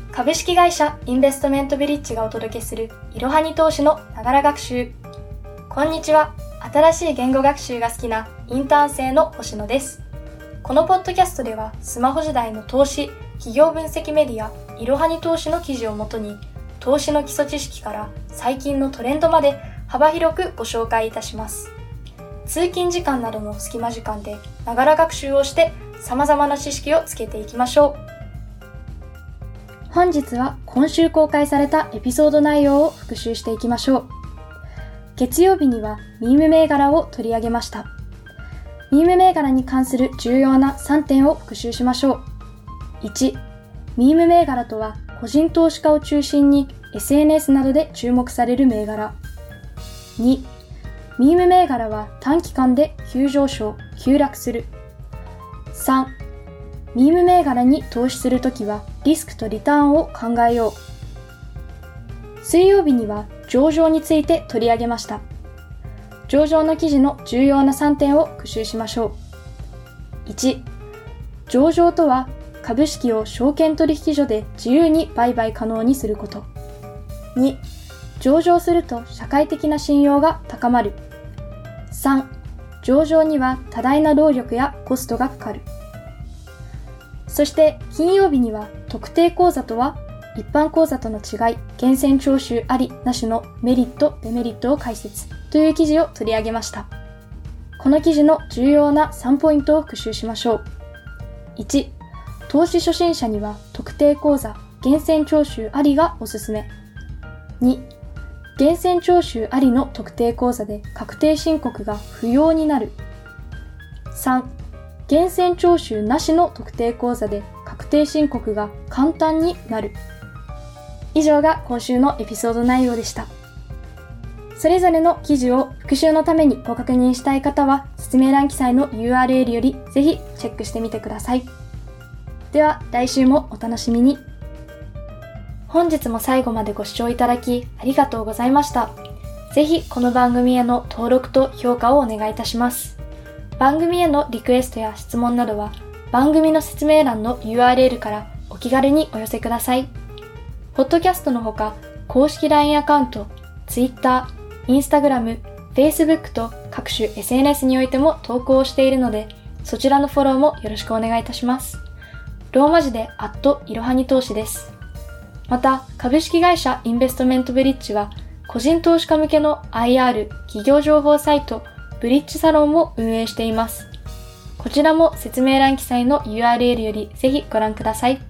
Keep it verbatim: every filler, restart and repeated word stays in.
株式会社インベストメントブリッジがお届けするいろはに投資のながら学習。こんにちは。新しい言語学習が好きなインターン生の星野です。このポッドキャストではスマホ時代の投資、企業分析メディアいろはに投資の記事をもとに投資の基礎知識から最近のトレンドまで幅広くご紹介いたします。通勤時間などの隙間時間でながら学習をして様々な知識をつけていきましょう。本日は今週公開されたエピソード内容を復習していきましょう。月曜日にはミーム銘柄を取り上げました。ミーム銘柄に関する重要なさんてんを復習しましょう。いち、ミーム銘柄とは個人投資家を中心に エスエヌエス などで注目される銘柄。に、ミーム銘柄は短期間で急上昇、急落する。さん、ミーム銘柄に投資するときはリスクとリターンを考えよう。水曜日には上場について取り上げました。上場の記事の重要なさんてんを復習しましょう。いち、上場とは株式を証券取引所で自由に売買可能にすること。に、上場すると社会的な信用が高まる。さん、上場には多大な労力やコストがかかる。そして金曜日には特定口座とは一般口座との違い、源泉徴収ありなしのメリット・デメリットを解説という記事を取り上げました。この記事の重要なさんポイントを復習しましょう。いち、投資初心者には特定口座、源泉徴収ありがおすすめ。に、源泉徴収ありの特定口座で確定申告が不要になる。さん、源泉徴収なしの特定口座で確定申告が簡単になる。以上が今週のエピソード内容でした。それぞれの記事を復習のためにご確認したい方は説明欄記載の ユーアールエル よりぜひチェックしてみてください。では来週もお楽しみに。本日も最後までご視聴いただきありがとうございました。ぜひこの番組への登録と評価をお願いいたします。番組へのリクエストや質問などは番組の説明欄の ユーアールエル からお気軽にお寄せください。ポッドキャストのほか公式 ライン アカウント、Twitter、Instagram、Facebook と各種 エスエヌエス においても投稿をしているのでそちらのフォローもよろしくお願いいたします。ローマ字でアットいろはに投資です。また株式会社インベストメントブリッジは個人投資家向けの アイアール 企業情報サイトブリッジサロンを運営しています。こちらも説明欄記載の ユーアールエル よりぜひご覧ください。